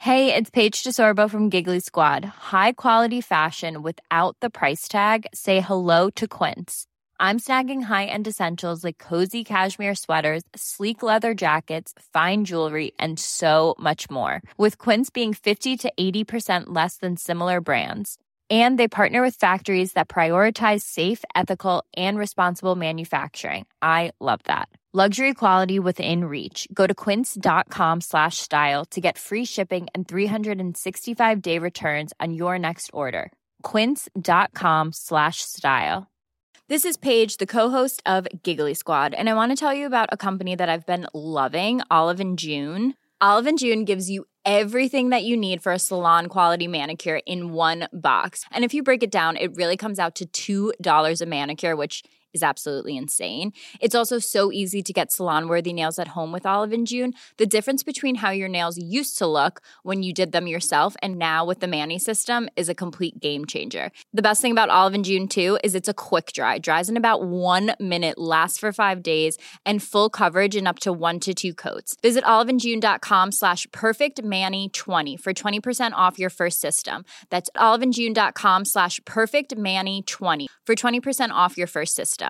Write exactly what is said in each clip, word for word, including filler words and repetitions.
Hey, it's Paige DeSorbo from Giggly Squad. High quality fashion without the price tag. Say hello to Quince. I'm snagging high-end essentials like cozy cashmere sweaters, sleek leather jackets, fine jewelry, and so much more. With Quince being fifty to eighty percent less than similar brands. And they partner with factories that prioritize safe, ethical, and responsible manufacturing. I love that. Luxury quality within reach. Go to quince.com slash style to get free shipping and three sixty-five day returns on your next order. Quince.com slash style. This is Paige, the co-host of Giggly Squad, and I want to tell you about a company that I've been loving, Olive and June. Olive and June gives you everything that you need for a salon-quality manicure in one box. And if you break it down, it really comes out to two dollars a manicure, which is absolutely insane. It's also so easy to get salon-worthy nails at home with Olive and June. The difference between how your nails used to look when you did them yourself and now with the Mani system is a complete game changer. The best thing about Olive and June, too, is it's a quick dry. Dries in about one minute, lasts for five days, and full coverage in up to one to two coats. Visit oliveandjune.com slash perfectmani20 for twenty percent off your first system. That's oliveandjune.com slash perfectmani20 for twenty percent off your first system.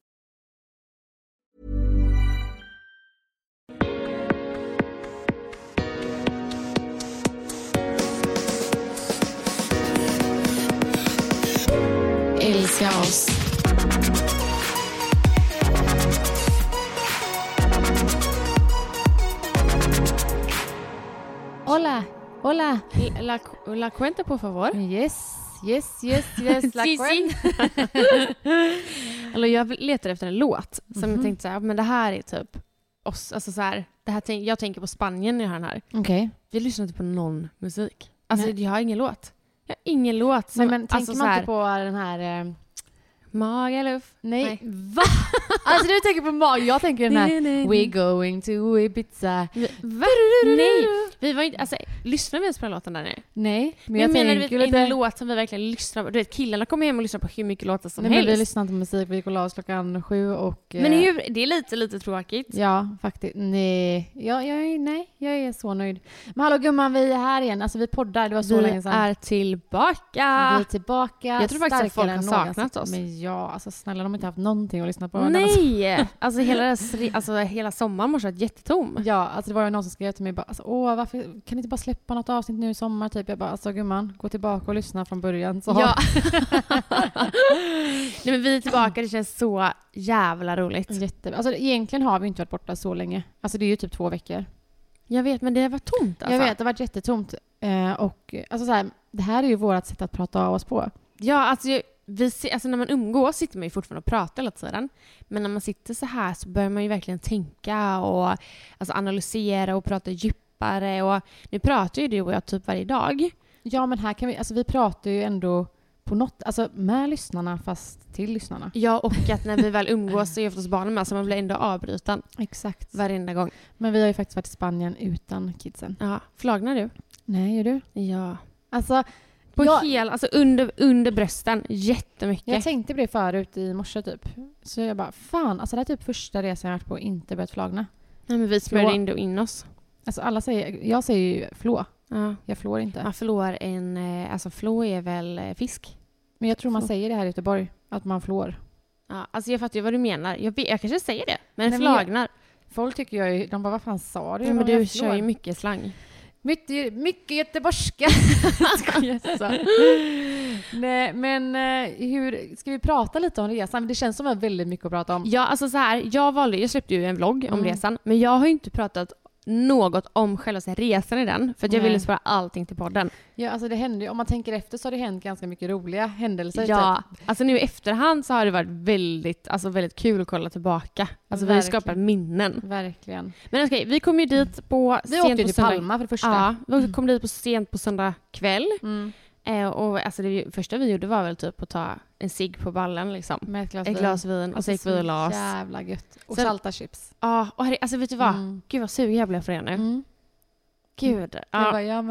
Älska oss. Hola, hola. La, la cuenta, por favor. Yes, yes, yes, yes. La cuenta. Eller jag letar efter en låt som Mm-hmm. jag tänkte så här, men det här är typ oss, alltså så här, det här tänk, jag tänker på Spanien när jag har den här. Okej. Okay. Vi lyssnar inte på någon musik. Alltså Nej. jag har ingen låt. Jag har ingen låt. Som, Men, men tänker alltså, man så här, inte på den här... Eh... Magaluf. Nej. Nej. Va? Alltså du tänker på mag. Jag tänker den här Nej, nej, nej. We going to Ibiza. Va? Nej. Vi var inte, alltså, lyssnar vi ens på den låten där nu? Nej. Men Men jag, jag menar du tänker vet, lite... en låt som vi verkligen lyssnar på. Du vet, killarna kommer hem och lyssnar på hur mycket låtar som Nej, helst. men vi lyssnar inte på musik. Vi gick och la oss klockan sju och... Men eh, hur, det är lite, lite tråkigt. Ja, faktiskt. Nej. Jag, jag, är- nej, jag är så nöjd. Men hallå gumman, vi är här igen. Alltså vi poddar. Det var så Vi länge sedan. är tillbaka. Vi är tillbaka. Jag tror faktiskt att folk har starkare än saknat någonsin. oss. Men ja, alltså snälla, de har inte haft någonting att lyssna på. Nej! Alltså hela, alltså hela sommaren måste ha varit jättetom. Ja, alltså det var ju någon som skrev till mig bara, alltså, åh, varför kan ni inte bara släppa något avsnitt nu i sommar typ? Jag bara, alltså gumman, gå tillbaka och lyssna från början. Så. Ja. Nej, men vi är tillbaka, det känns så jävla roligt. Jätte... Alltså egentligen har vi inte varit borta så länge. Alltså det är ju typ två veckor. Jag vet, men det har varit tomt alltså. Jag vet, det har varit jättetomt. Eh, och alltså så här, det här är ju vårt sätt att prata av oss på. Ja, alltså, jag- vi, ser- alltså när man umgås sitter man ju fortfarande och pratar hela tiden. Men när man sitter så här så börjar man ju verkligen tänka och alltså, analysera och prata djupare. Och nu pratar ju du och jag typ varje dag. Ja, men här kan vi, alltså vi pratar ju ändå på något, alltså med lyssnarna fast till lyssnarna. Ja, och att när vi väl umgås så är oftast barnen med så man blir ändå avbryten Exakt. varenda gång. Men vi har ju faktiskt varit i Spanien utan kidsen. Ja, flagnar du? Nej, gör du? Ja. Alltså, På jag, hel, alltså under, under brösten, jättemycket. jag tänkte på det förut i morse typ. Så jag bara, fan, alltså det är typ första resan jag varit på och inte börjat flagna. Nej, men vi smörjde Flå. in, det in oss. Alltså alla säger, jag säger ju flå. Ja. Jag flår inte. Man flår en, eh, alltså flå är väl eh, fisk. Men jag tror man Flå. säger det här i Göteborg, att man flår. Ja, alltså jag fattar ju vad du menar. Jag, vet, jag kanske säger det, men Nej, men jag- flagnar. Folk tycker jag ju, de bara, vad fan sa du? Ja, Jag men bara, du jag kör flår. ju mycket slang. Mycket, mycket göteborgska. Skojar. Nej, men eh, hur, ska vi prata lite om resan? Det känns som att vi har väldigt mycket att prata om. Ja, alltså så här, jag valde, jag släppte ju en vlogg om Mm. resan, men jag har ju inte pratat något om själva så här resan i den, för att jag Nej. ville spara allting till podden. Ja, alltså det hände ju, om man tänker efter så har det hänt ganska mycket roliga händelser. Ja, Typ. alltså nu i efterhand så har det varit väldigt, alltså väldigt kul att kolla tillbaka. Alltså vi har Verkligen. skapat minnen. Verkligen. Men okej, vi kom ju dit på Vi sent åkte ju på till söndag. Palma för det första. Ja, vi kom dit på sent på söndag kväll. Mm. Eh, och alltså det första vi gjorde var väl typ att ta en cigg på ballen liksom. Med ett glas Ett vin. glas vin och Alltså, så gick vi och la oss. jävla gött. Och Sen- salta chips. Ja, och herre, alltså vet du vad? Mm. Gud vad sugen jag blev för det nu. Mm. Gud. Jag Ja. bara, jag med.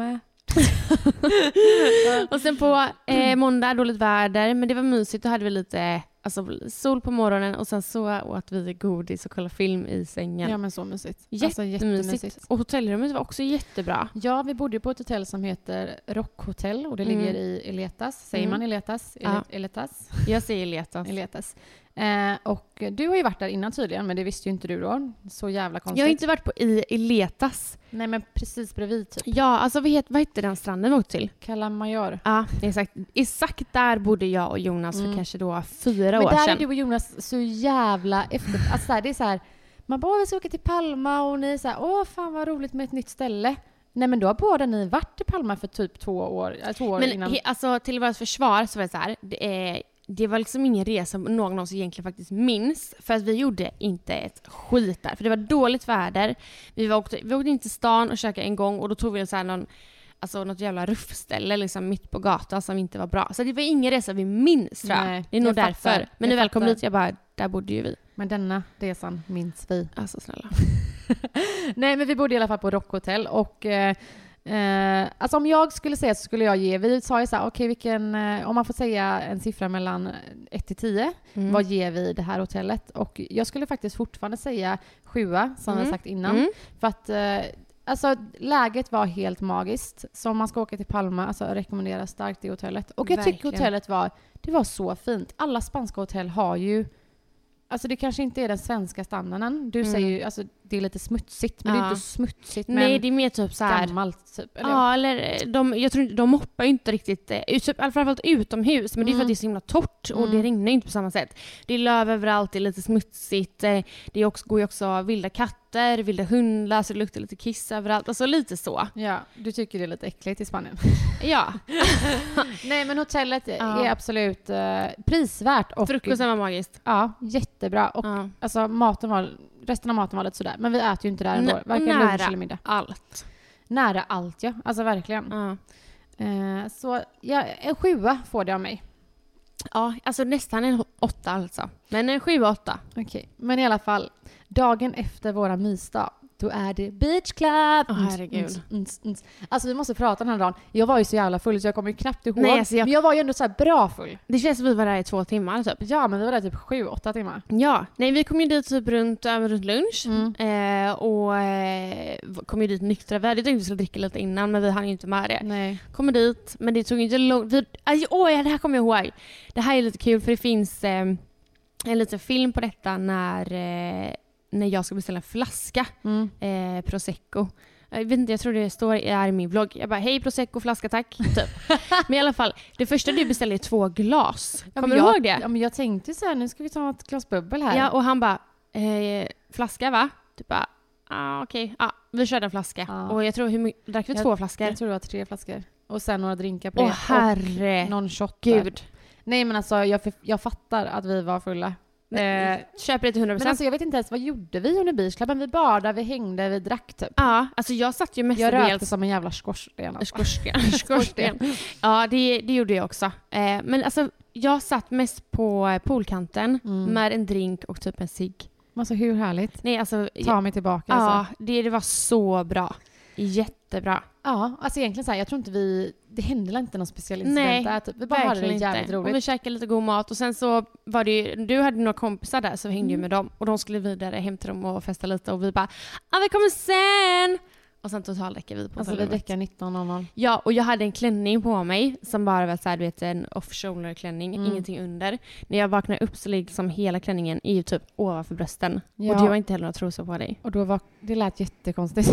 Och sen på eh, måndag dåligt väder, men det var mysigt. Då hade vi lite alltså, sol på morgonen och sen så åt vi godis och kollade film i sängen. Ja, men så mysigt. Jättemysigt. Alltså, jättemysigt. Och hotellrummet var också jättebra. Ja, vi bodde på ett hotell som heter Rockhotell och det mm. ligger i Eletas. Säger mm. man Eletas? Ele- ja. Eletas? Jag säger Eletas. Eletas. Eh, och du har ju varit där innan tydligen, men det visste ju inte du då. Så jävla konstigt. Jag har inte varit på i Eletas. Nej, men precis bredvid typ. Ja, alltså vad heter, vad heter den stranden vi åkte till? Cala Major. Ja, exakt. Exakt där bodde jag och Jonas mm. för kanske då fyra men år sedan. Men där är du och Jonas så jävla efter... Alltså där, det är så här... Man bara, vi ska åka till Palma och ni är så här, åh fan vad roligt med ett nytt ställe. Nej, men då har båda ni varit i Palma för typ två år, två år men innan. Men alltså till vårt försvar så var det så här, det är... Det var liksom ingen resa någon av oss egentligen faktiskt minns. För att vi gjorde inte ett skit där. För det var dåligt väder. Vi, var åkte, vi åkte in till stan och käkade en gång. Och då tog vi en så här någon, alltså något jävla ruffställe liksom mitt på gatan som inte var bra. Så det var ingen resa vi minns, tror jag. Nej, det är nog därför. Fattar, Men när väl kom dit, jag bara, där bodde ju vi. Men denna resan minns vi. Alltså snälla. Nej, men vi bodde i alla fall på Rockhotell. Och... Eh, Eh, alltså om jag skulle säga så skulle jag ge, vi sa ju så här, okej okay, vilken, eh, om man får säga en siffra mellan ett till tio, mm. vad ger vi det här hotellet? Och jag skulle faktiskt fortfarande säga sjua, som mm. jag sagt innan. Mm. För att eh, alltså läget var helt magiskt. Så om man ska åka till Palma, alltså rekommenderar starkt det hotellet. Och jag Verkligen. tycker hotellet var, det var så fint. Alla spanska hotell har ju, alltså det kanske inte är den svenska standarden. Du mm. säger ju, alltså det är lite smutsigt, men ja. det är inte smutsigt. Nej, men det är mer typ så här gammalt typ. Eller? Ja, eller de, jag tror inte, de moppar ju inte riktigt, typ, framförallt utomhus, men mm. det är för att det är så himla torrt och mm. det regnar inte på samma sätt. Det är löv överallt, det är lite smutsigt, det är också, går ju också vilda katter, vilda hundar, så det luktar lite kiss överallt, alltså lite så. Ja, du tycker det är lite äckligt i Spanien. Ja. Nej, men hotellet ja. är absolut uh, prisvärt. Och frukosten var magiskt. Ja, jättebra. Och ja. alltså maten var, resten av maten var lite sådär. Men vi äter ju inte där ändå. N- varken nära lunch eller middag. allt. Nära allt, ja. Alltså verkligen. Ja. Uh, så ja, en sjua får det av mig. Ja, alltså nästan en åtta alltså. Men en sju, åtta. Okej, okay. Men i alla fall. Dagen efter våra mysdag, då är det beach club. Åh, oh, herregud. Mm, mm, mm. Alltså vi måste prata den här dagen. Jag var ju så jävla full så jag kommer ju knappt ihåg. Nej, alltså jag... Men jag var ju ändå så här bra full. Det känns som vi var där i två timmar typ. Ja, men vi var där typ sju, åtta timmar. Ja, nej vi kom ju dit typ runt, över runt lunch. Mm. Eh, och eh, kom ju dit nyktra. Vi hade tänkt att vi skulle dricka lite innan, men vi hann ju inte med det. Nej. Kommer dit, men det tog inte långt. Vi... Åh, ja, det här kommer jag ihåg. Det här är lite kul för det finns eh, en liten film på detta när... Eh, när jag ska beställa en flaska mm. eh, Prosecco. Jag vet inte, jag tror det står i min blogg. Jag bara, hej Prosecco, flaska tack. Typ. Men i alla fall, det första du beställer är två glas. Ja, kommer du jag, ihåg det? Ja, men jag tänkte så här, nu ska vi ta ett glas bubbel här. Ja, och han bara, eh, flaska va? Typ bara, ah, okej. Okay. Ah, vi körde en flaska. Ah. Och jag tror, hur mycket, drack vi jag, två flaskor? Jag tror det var tre flaskor. Och sen några drinkar på Åh, det. herre. Och någon shot Gud. Där. Nej, men alltså, jag, jag fattar att vi var fulla. Eh, köper det till hundra procent. Men alltså jag vet inte ens vad gjorde vi under beachklubben. Vi badade, vi hängde, vi drack typ. Ja, alltså jag satt ju mest Jag rökte som en jävla skorsten. Alltså. Skorsten. Skorsten. Ja, det, det gjorde jag också. Eh, men alltså jag satt mest på poolkanten mm. med en drink och typ en cigg. Alltså hur härligt. Nej, alltså, Ta jag, mig tillbaka. Ja, alltså. det, det var så bra. Jättebra. Ja, alltså egentligen så här, jag tror inte vi, det hände inte någon speciell incident där. Typ. Vi bara hade det jävligt inte. roligt. Och vi käkade lite god mat och sen så var det ju, du hade några kompisar där så vi hängde ju mm. med dem och de skulle vidare hem till dem och festa lite och vi bara, ah vi kommer sen! Och sen totaldäckade vi på Alltså vi däckade nitton noll noll. Ja, och jag hade en klänning på mig som bara var så här, du vet, en off-shoulder klänning, mm. ingenting under. När jag vaknade upp så liksom hela klänningen är ju typ ovanför brösten. Ja. Och det var inte heller några trosor på dig. Och då var, det lät jättekonstigt.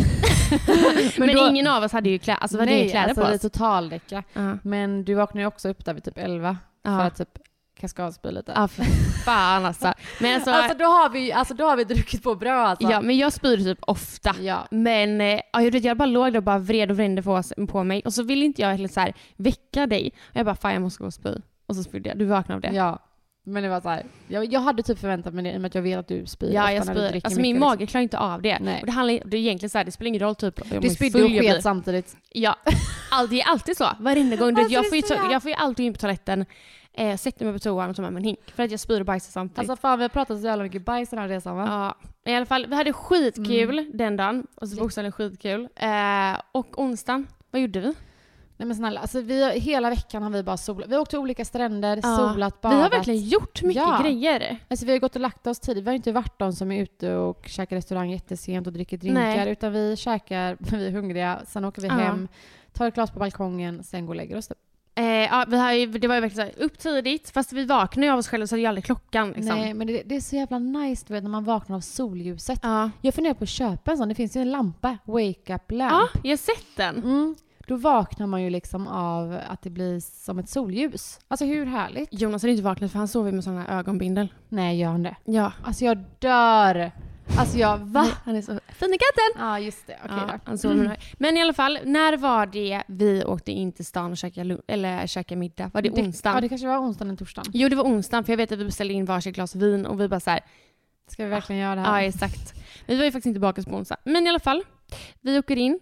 Men, Men då, ingen av oss hade ju kläder, alltså, nej, kläder alltså, på oss. Nej, totaldäcka. Uh. Men du vaknade ju också upp där vid typ elva. Uh. För att typ kaskadspy lite. Ja, för fan alltså. Men alltså, alltså, då har vi, alltså då har vi druckit på bra alltså. Ja, men jag spyr typ ofta. Ja. Men eh, jag, vet, jag bara låg där och bara vred och vrände på, på mig. Och så ville inte jag heller så här väcka dig. Och jag bara, fan jag måste gå och spy. Och så spydde jag. Du vaknade av det. Ja. Men det var så här, jag, jag hade typ förväntat mig det i och med att jag vet att du spyr. Ja, jag spyr. Alltså min mage liksom. Klarar inte av det. Nej. Och det handlar det är egentligen så här, det spelar ingen roll typ. Du spydde och sket samtidigt. Ja, all, det är alltid så. Varenda gång. Alltså, jag, får ju ta, jag får ju alltid in på toaletten. Eh, sätter mig på toan och tar med mig en hink. För att jag spyr och bajsar samtidigt. Alltså fan, vi har pratat så jävla mycket bajs den här resan va? Ja, i alla fall. Vi hade skitkul mm. den dagen. Och så bokstavligen skitkul. Eh, och onsdagen, vad gjorde vi? Nej men snälla, alltså vi, hela veckan har vi bara solat. Vi har åkt till olika stränder, Ja. solat, badat. Vi har verkligen gjort mycket Ja. grejer. Alltså vi har gått och lagt oss tidigt. Vi har inte varit de som är ute och käkar restaurang jättesent och dricker drinkar. Nej. Utan vi käkar, vi är hungriga. Sen åker vi Ja. hem, tar ett glas på balkongen, sen går och lägger oss. Eh, ja, vi har ju, det var ju verkligen så här, upp tidigt. Fast vi vaknade ju av oss själva så hade ju aldrig klockan. Liksom. Nej, men det, det är så jävla nice du vet, när man vaknar av solljuset. Ja. Jag funderar på att köpa en sån. Det finns ju en lampa, wake up lamp. ja, jag har sett den. Mm. Då vaknar man ju liksom av att det blir som ett solljus. Alltså hur härligt? Jonas hade inte vaknat för han sover med sådana här ögonbindel. Nej, gör han det? Ja. Alltså jag dör. Alltså jag, va? Han är så fin i katten. Ja, just det. Okej Ja, då. han sover med mm. Men i alla fall, när var det vi åkte in till stan och käkade, lu- eller käkade middag? Var det, det onsdagen? Ja, det kanske var onsdagen eller torsdagen. Jo, det var onsdagen. För jag vet att vi beställde in varsitt glas vin och vi bara så här. Ska vi verkligen göra det här? Ja, exakt. Men vi var ju faktiskt inte tillbaka på onsdag. Men i alla fall, vi åker in,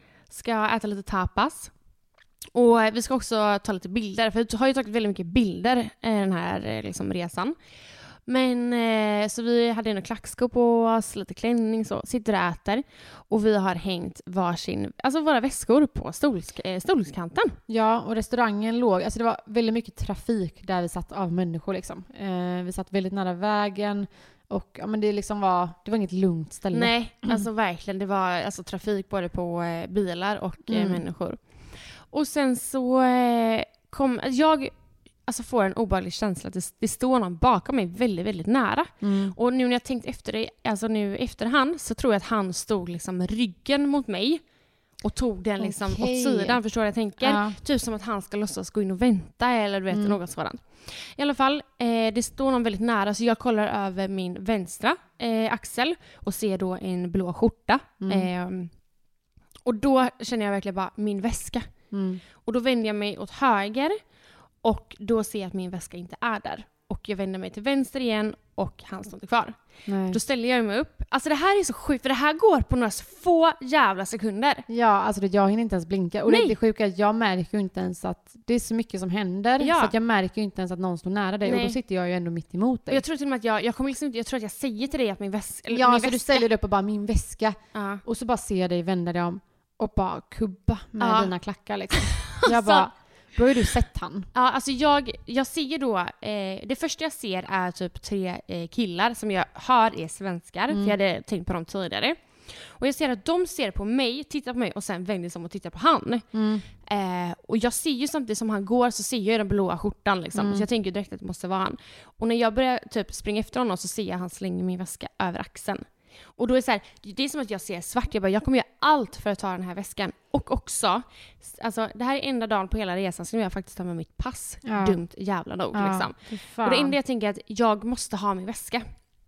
ska äta lite tapas. Och vi ska också ta lite bilder. För vi har ju tagit väldigt mycket bilder eh, den här eh, liksom, resan. Men eh, så vi hade en klackskor på oss, lite klänning så. Sitter och äter. Och vi har hängt varsin, alltså våra väskor på stols, eh, stolskanten. Ja, och restaurangen låg, alltså det var väldigt mycket trafik där vi satt av människor liksom. Eh, vi satt väldigt nära vägen. Och ja, men det liksom var, det var inget lugnt ställe. Nej, alltså verkligen. Det var alltså, trafik både på eh, bilar och eh, Mm. människor. Och sen så eh, kom jag alltså får en obehaglig känsla att det, det står någon bakom mig väldigt, väldigt nära. Mm. Och nu när jag tänkt efter det, alltså nu efterhand så tror jag att han stod liksom ryggen mot mig och tog den liksom Okej. åt sidan, förstår vad jag tänker? Ja. Typ som att han ska låtsas gå in och vänta eller du vet, Mm. något sådant. I alla fall, eh, det står någon väldigt nära så jag kollar över min vänstra eh, axel och ser då en blå skjorta. Mm. Eh, och då känner jag verkligen bara min väska. Mm. Och då vänder jag mig åt höger och då ser jag att min väska inte är där. Och jag vänder mig till vänster igen och han står inte kvar. Nej. Då ställer jag mig upp. Alltså det här är så sjukt för det här går på några få jävla sekunder. Ja, alltså det, jag hinner inte ens blinka. Och Nej. det, det sjuka är att jag märker ju inte ens att det är så mycket som händer. Ja. Så att jag märker ju inte ens att någon står nära dig. Nej. Och då sitter jag ju ändå mitt emot Och dig. jag tror till och med att jag, jag kommer liksom inte, jag tror att jag säger till dig att min, väs, eller Ja, min så du väska... ställer dig upp och bara min väska. Ja. Och så bara ser jag dig vända dig om och bara kubba med Ja. dina klackar liksom. Jag Alltså- bara, då har ju du sett han. Ja, alltså jag, jag ser då, eh, det första jag ser är typ tre eh, killar som jag hör är svenskar, Mm. för jag hade tänkt på dem tidigare. Och jag ser att de ser på mig, tittar på mig och sen vänder sig om och tittar på han. Mm. Eh, och jag ser ju samtidigt som han går så ser jag ju den blåa skjortan liksom. Mm. Så jag tänker direkt att det måste vara han. Och när jag börjar typ springa efter honom så ser jag att han slänger min väska över axeln. Och då är det så här, det är som att jag ser svart. Jag bara, jag kommer göra allt för att ta den här väskan. Och också, alltså det här är enda dagen på hela resan som jag faktiskt tar med mitt pass. Ja. Dumt jävla nog Ja, liksom. fy fan. Och det enda jag tänker är att jag måste ha min väska.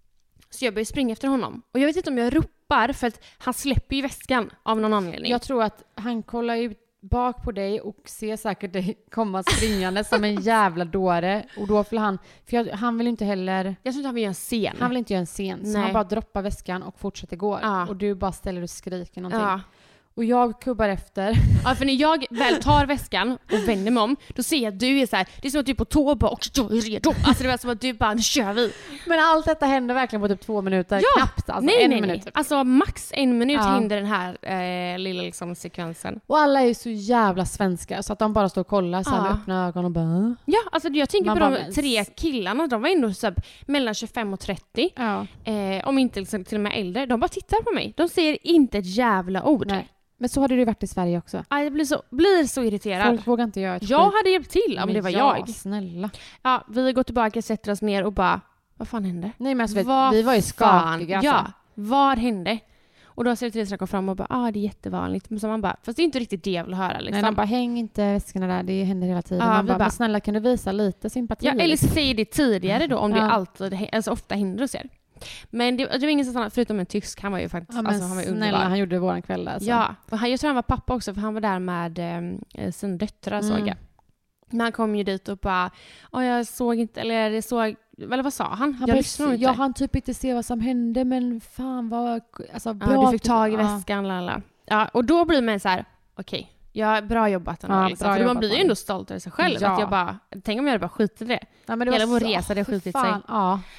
Så jag börjar springa efter honom. Och jag vet inte om jag ropar för att han släpper ju väskan av någon anledning. Jag tror att han kollar ut bak på dig och ser säkert dig komma springande som en jävla dåre. Och då vill han, för jag, han vill inte heller, jag tror inte han vill göra en scen. han vill inte göra en scen. Så Nej. han bara droppar väskan och fortsätter gå. Ja. Och du bara ställer och skriker någonting. Ja. Och jag kubbar efter. Ja, för när jag väl tar väskan och vänder mig om, då ser jag att du är så här, det är som att du är på tå och bara, och jag är redo. Alltså det var som att du bara, nu kör vi. Men allt detta händer verkligen på typ två minuter. Ja. Knappt. Alltså nej, en nej, minut. nej. Typ. Alltså max en minut Ja. hinner den här eh, lilla liksom, sekvensen. Och alla är ju så jävla svenska så att de bara står och kollar så här Ja. med öppna ögon och bara... Ja, alltså jag tänker Man på bara, de tre killarna, de var ändå så här, mellan tjugofem och trettio. Ja. Eh, om inte liksom, till och med äldre. De bara tittar på mig. De säger inte ett jävla ord. Nej. Men så hade det ju varit i Sverige också. Ah, jag blir så, blir så irriterad. Folk vågar inte göra ett Jag skit. hade hjälpt till om Men det var ja, jag. snälla. Ja, vi går tillbaka, sätter oss ner och bara, vad fan hände? Nej men alltså, vet, Vad vi var ju fan? skakiga. Alltså. Ja, vad hände? Och då ser Therese kom fram och bara, ah det är jättevanligt. Men så man bara, fast det är inte riktigt det jag vill höra liksom. Nej, de bara, häng inte väskorna där, det händer hela tiden. Ja, Man vi bara, bara- men snälla kan du visa lite sympati? Ja, eller säg det tidigare då om det Ja. alltid, alltså ofta händer hos er. Men det, det var ingen som annat, förutom en tysk, han var ju faktiskt, Ja, men alltså han var ju snälla, underbar. han gjorde våran kväll alltså. Ja, och han, jag tror han var pappa också för han var där med eh, sina döttrar såg Mm. jag. Men han kom ju dit och bara, oh, jag såg inte, eller jag såg, eller vad sa han? Han jag bara, lyssnade nog inte. jag hann typ inte se vad som hände, men fan vad... Alltså, bra Ja, du att fick tag i ja. väskan, lala. Ja, och då blir man så här, okej, ja, bra jobbat ändå. Ja, liksom. bra För man jobbat, blir ju Malin. ändå stolt över sig själv. Ja. Att jag bara, tänk om jag hade bara skitit i det. Ja, men det Hela var vår så- resa hade fy skitit fan, sig. Ja.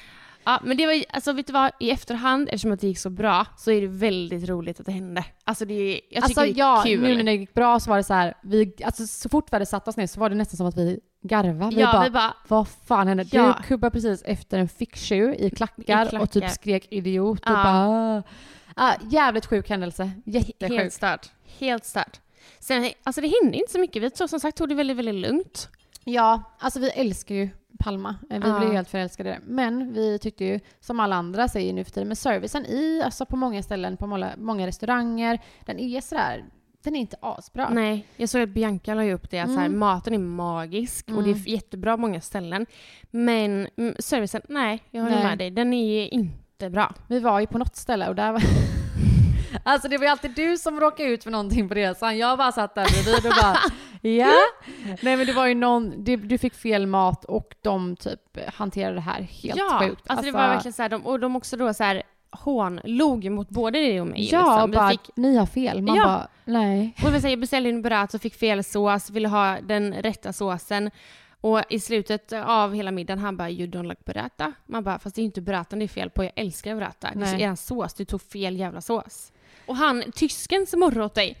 Ja, men det var alltså vet du vad, i efterhand, eftersom att det gick så bra, så är det väldigt roligt att det hände. Alltså det, jag tycker alltså, det är ja, kul. Nu när det gick bra så var det så här, vi, alltså, så fort vi hade satt oss ner så var det nästan som att vi garvade. Vi, ja, bara, vi bara, vad fan hände? Ja. Du kubbade precis efter en ficktjuv i klackar, I klackar. och typ skrek idiot. Ja. Och bara, ah, jävligt sjuk händelse. Jättesjuk. helt stört. Helt stört. Sen, alltså det hände inte så mycket. Vi tog, som sagt tog det väldigt, väldigt lugnt. Ja, alltså vi älskar ju Palma. Vi Ja. blev helt förälskade. Men vi tyckte ju, som alla andra säger nu för tiden, med servicen i, alltså på många ställen, på många, många restauranger, den är sådär, den är inte asbra. Nej, jag såg att Bianca la upp det. Att så här, Mm. maten är magisk Mm. och det är jättebra på många ställen. Men mm, servicen, nej, jag håller Nej. med dig. Den är inte bra. Vi var ju på något ställe och där var... Alltså det var ju alltid du som råkade ut för någonting på resan. Jag bara satt där bredvid och bara, ja. Nej men det var ju någon, du, du fick fel mat och de typ hanterade det här helt ja, sjukt. Alltså, det var verkligen så här, de, och de också då så här hånlog mot både dig och mig. Ja, liksom. Vi bara, fick, ni har fel. Man Ja. bara, nej. och vi säger, jag beställde en burrata och fick fel sås, ville ha den rätta såsen. Och i slutet av hela middagen han bara, you don't like burrata. Man bara, fast det är ju inte burratan det är fel på, jag älskar burrata. Det Nej. är en sås, du tog fel jävla sås. Och han, tysken som morrade åt dig.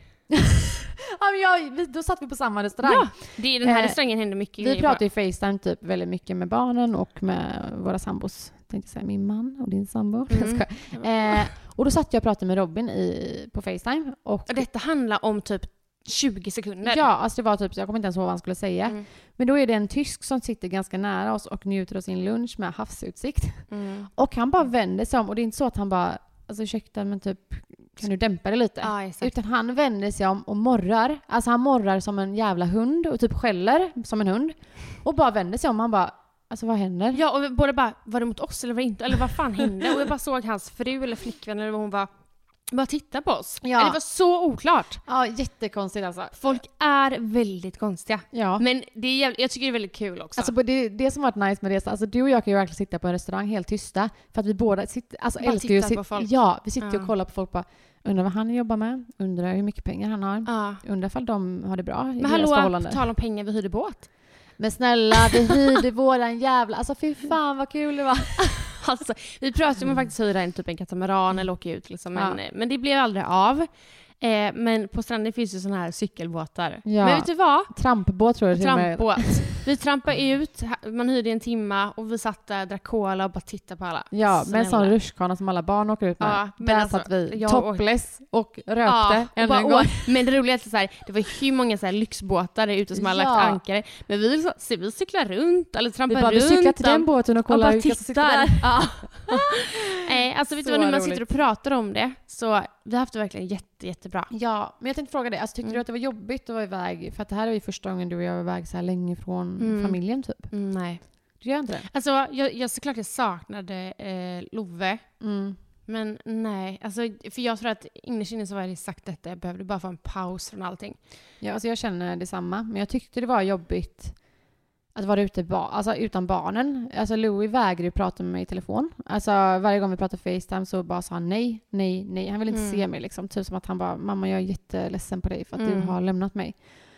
Ja, men jag, vi, då satt vi på samma restaurang. Ja, det är den här Eh, restaurangen händer mycket Vi grejer pratar på. ju FaceTime typ väldigt mycket med barnen och med våra sambos. Tänkte säga min man och din sambo. Mm. Jag skojar. Eh, och då satt jag och pratade med Robin i, på FaceTime. Och, Och detta handlar om typ tjugo sekunder. ja, alltså det var typ, jag kommer inte ens ihåg vad han skulle säga. Mm. Men då är det en tysk som sitter ganska nära oss och njuter av sin lunch med havsutsikt. Mm. Och han bara vänder sig om och det är inte så att han bara, alltså ursäkta men typ, kan du dämpa det lite? Ja, exakt. Utan han vänder sig om och morrar. Alltså han morrar som en jävla hund och typ skäller som en hund. Och bara vänder sig om. Han bara, alltså vad händer? Ja, och båda bara, var det mot oss eller var det inte? Eller vad fan hände? Och jag bara såg hans fru eller flickvän eller vad hon var, bara titta på oss. Ja. Det var så oklart. Ja, jättekonstigt alltså. Folk är väldigt konstiga. Ja. Men det är jävligt, jag tycker det är väldigt kul också. Alltså det, det som varit nice med det, alltså du och jag kan ju verkligen sitta på en restaurang helt tysta. För att vi båda sitter, alltså Bara älskar ju tittar sit- på folk. Ja, vi sitter ju Ja. och kollar på folk bara, undrar vad han jobbar med, undrar hur mycket pengar han har. ja. Undrar ifall de har det bra i Men deras hallå, förhållande. på tal om pengar, vi hyrde båt. Men snälla, vi hyrde våran jävla, alltså fy fan vad kul det var. Alltså, vi pratade om att faktiskt hyra en typ en katamaran eller åka ut liksom, men, Ja. men det blev aldrig av. Eh, men på stranden finns ju såna här cykelbåtar. Ja. Men vet du vad? Trampbåt tror jag till och med. Trampbåt. Vi trampade ut, man hyrde en timma och vi satt där, drack cola och bara tittade på alla. Ja, med en sån Snälla. rutschkana som alla barn åker ut med. Ja, men Där alltså, satt vi jag topless och rökte Ja, och ännu bara en gång. åt. Men det roliga är att så här, det var hur många så här lyxbåtar där ute som har Ja. lagt ankare. Men vi, så, så vi cyklar runt eller Vi trampar bara, vi runt. cyklar till den båten och och kollar bara vilka som sitter där. tittar. Ja. Nej, alltså vet du Så vad, när man roligt. sitter och pratar om det så vi har haft det verkligen jätte, jättebra. Ja, men jag tänkte fråga dig, alltså, tyckte Mm. du att det var jobbigt att vara iväg? För att det här är ju första gången du och jag var iväg så här länge från Mm. familjen typ. Mm, nej. Du gör inte det? Alltså jag, jag såklart jag saknade eh, Love. Mm. Men nej, alltså, för jag tror att innerst inne så var det sagt detta. Jag behövde bara få en paus från allting. Ja, alltså jag känner detsamma. Men jag tyckte det var jobbigt att vara ute ba- alltså, utan barnen. Alltså Louis vägrade ju prata med mig i telefon. Alltså varje gång vi pratade FaceTime så bara sa han nej, nej, nej. Han ville inte Mm. se mig liksom. Typ som att han bara, mamma jag är jätteledsen på dig för att Mm. du har lämnat mig.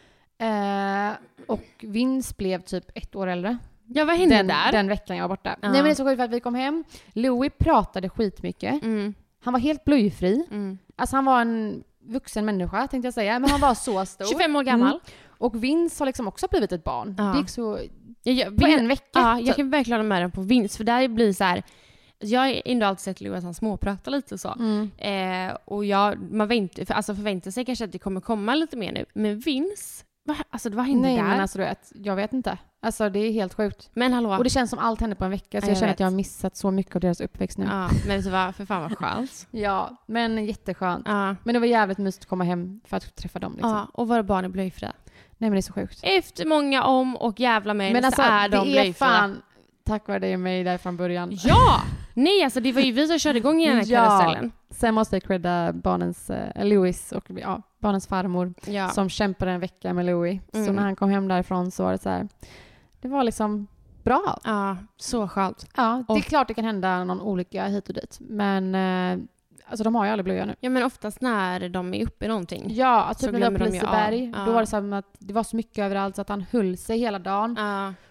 Eh, och Vince blev typ ett år äldre. Ja, vad hände Den, där? den veckan jag var borta. Ja. Nej men det är så sjukt för att vi kom hem. Louis pratade skitmycket. Mm, Han var helt blöjfri. mm. Alltså han var en vuxen människa tänkte jag säga. Men han var så stor. tjugofem år gammal. Mm. Och Vince har liksom också blivit ett barn. Ja. Det gick så Jag, jag, på Vin- en vecka. Ja, jag typ. kan verkligen hålla med dig på vinst. För där blir så här. Jag har ändå alltid sett Louis att han småpratar lite så. Mm. Eh, och jag, man vänt, för, alltså förväntar sig kanske att det kommer komma lite mer nu. Men Vince, vad, alltså vad hände Nej där? men alltså du vet, jag vet inte. Alltså det är helt sjukt. Men hallå. Och det känns som allt hände på en vecka. Så Ja, jag, jag känner vet. att jag har missat så mycket av deras uppväxt nu. Ja, Ja, men vet du vad, för fan vad skönt. men jätteskönt. Ja. Men det var jävligt mysigt att komma hem för att träffa dem. Liksom. Ja, och våra barn är blöjfria. Nej men det är så sjukt. Efter många om och jävla mig Men så alltså är de det är blöjfria. fan tack vare dig och mig där från början. Ja! Nej, alltså det var ju vi som körde igång i den här Ja. karusellen. Sen måste jag credda barnens, eh, Louis och ja, barnens farmor Ja. som kämpade en vecka med Louis. Så Mm. när han kom hem därifrån så var det så här. Det var liksom bra. ja, så skönt. Ja, det är Och- klart det kan hända någon olycka hit och dit. Men eh, alltså de har ju aldrig blöja nu. Ja, men oftast när de är uppe i någonting. Ja, typ Så när vi var glömmer på de ju Liseberg. av. Ja. Då var det som att det var så mycket överallt så att han höll sig hela dagen. Ja.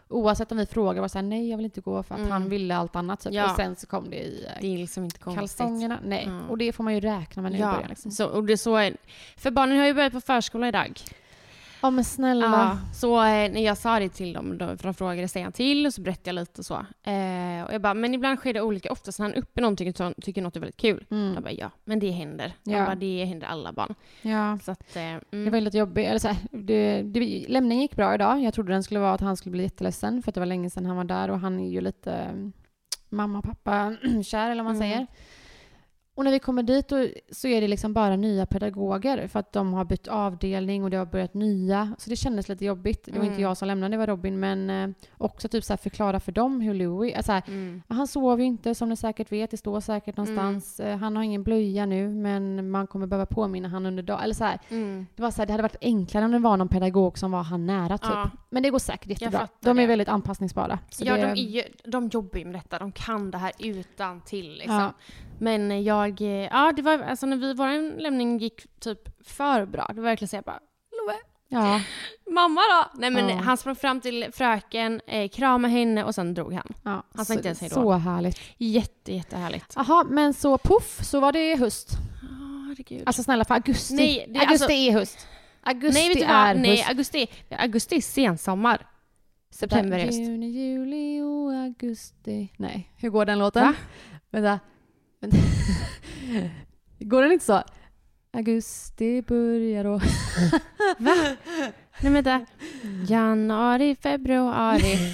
oavsett om vi frågar var så här, nej jag vill inte gå för att Mm. han ville allt annat typ. Ja. Och sen så kom det i eh, Det är liksom inte konstigt. kalsongerna. Nej, Mm. och det får man ju räkna med nu i Ja, början liksom. så, och det är så är, för barnen har ju börjat på förskola idag. Ja men snälla. Ja, så eh, när jag sa det till dem, då, för de frågade säger han till och så berättade jag lite och så. Eh, och jag bara, men ibland sker det olika. Oftast när han är uppe någonting och tycker något är väldigt kul. Mm. Jag bara, ja, men det händer. Ja. Jag bara, det händer alla barn. Ja. Så att, eh, mm. Det var lite jobbigt. Eller så här, det, det, lämningen gick bra idag. Jag trodde den skulle vara att han skulle bli jätteledsen för att det var länge sedan han var där och han är ju lite um, mamma och pappa kär eller vad man Mm. säger. Och när vi kommer dit och, så är det liksom bara nya pedagoger för att de har bytt avdelning och det har börjat nya. Så det kändes lite jobbigt. Det var Mm. inte jag som lämnade, det var Robin. Men eh, också typ så här förklara för dem hur Louis... Alltså här, Mm. han sover ju inte som ni säkert vet. Det står säkert någonstans. Eh, han har ingen blöja nu men man kommer behöva påminna han under dagen. Eller så här, Mm. det, var så här, det hade varit enklare om det var någon pedagog som var han nära typ. Ja. Men det går säkert jättebra. fattar De är det. väldigt anpassningsbara. Så Ja, det, de, är ju, de jobbar ju med detta. De kan det här utan till liksom. Ja. Men jag, eh, ja det var, alltså när vi, vår lämning gick typ för bra. Det var verkligen så jag bara, Love, Ja. mamma då? Nej men Ja. han sprang fram till fröken, eh, kramade henne och sen drog han. Ja. Han sa så, inte ens hej då. så härligt. Jätte, jättehärligt. Jaha, men så puff så var det höst. Oh, herregud. Alltså snälla för augusti. Nej, det- augusti alltså- är höst. Augusti nej, vet du är vad? Nej, höst. augusti, augusti är sensommar. September är höst. Juni, juli och augusti. Nej, hur går den låten? Va? Vänta. Vänta. Går den inte så? Augusti börjar och... Va? Nej, vänta. Januari, februari.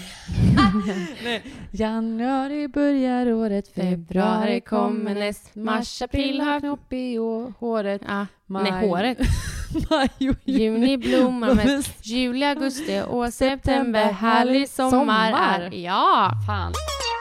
Januari börjar året, februari kommer näst, mars, april har knopp i år, håret, Ja. maj, Nej, håret. maj och Juni blommar mest. Juli, augusti och september. Härlig sommar. Sommar. Är. Ja. Fan.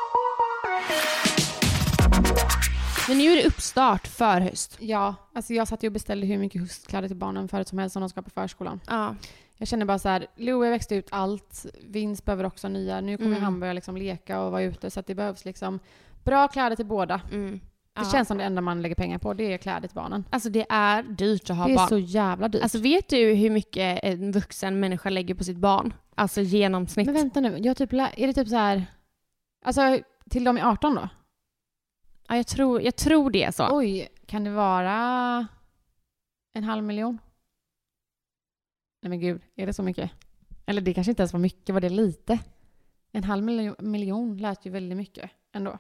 Men nu är det uppstart för höst. Ja, alltså jag satt ju och beställde hur mycket höstkläder till barnen förut som helst som de ska på förskolan. Ja. Jag känner bara så här, Louie växte ut allt, Vince behöver också nya. Nu kommer Mm. han börja liksom leka och vara ute så att det behövs liksom bra kläder till båda. Mm. Det Ja. känns som det enda man lägger pengar på, det är kläder till barnen. Alltså det är dyrt att ha Det är barn. så jävla dyrt. Alltså vet du hur mycket en vuxen människa lägger på sitt barn? Alltså genomsnitt. Men vänta nu, jag typ, lä- är det typ så här, alltså till de är arton då? Ja, jag tror, jag tror det är så. Oj, kan det vara en halv miljon? Nej men gud, är det så mycket? Eller det kanske inte ens var mycket, var det lite? En halv miljon, miljon lät ju väldigt mycket ändå.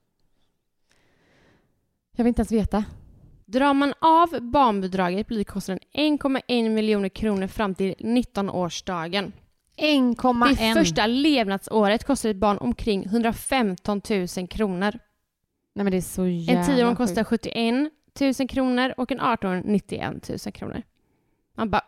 Jag vill inte ens veta. Drar man av barnbidraget blir kostnaden en komma en miljoner kronor fram till nittonårsdagen. en komma Det en. första levnadsåret kostar ett barn omkring hundrafemton tusen kronor. Nej men det är så jävla En tioåring sjukt. kostar sjuttioen tusen kronor och en artonåring nittioen tusen kronor. Man bara...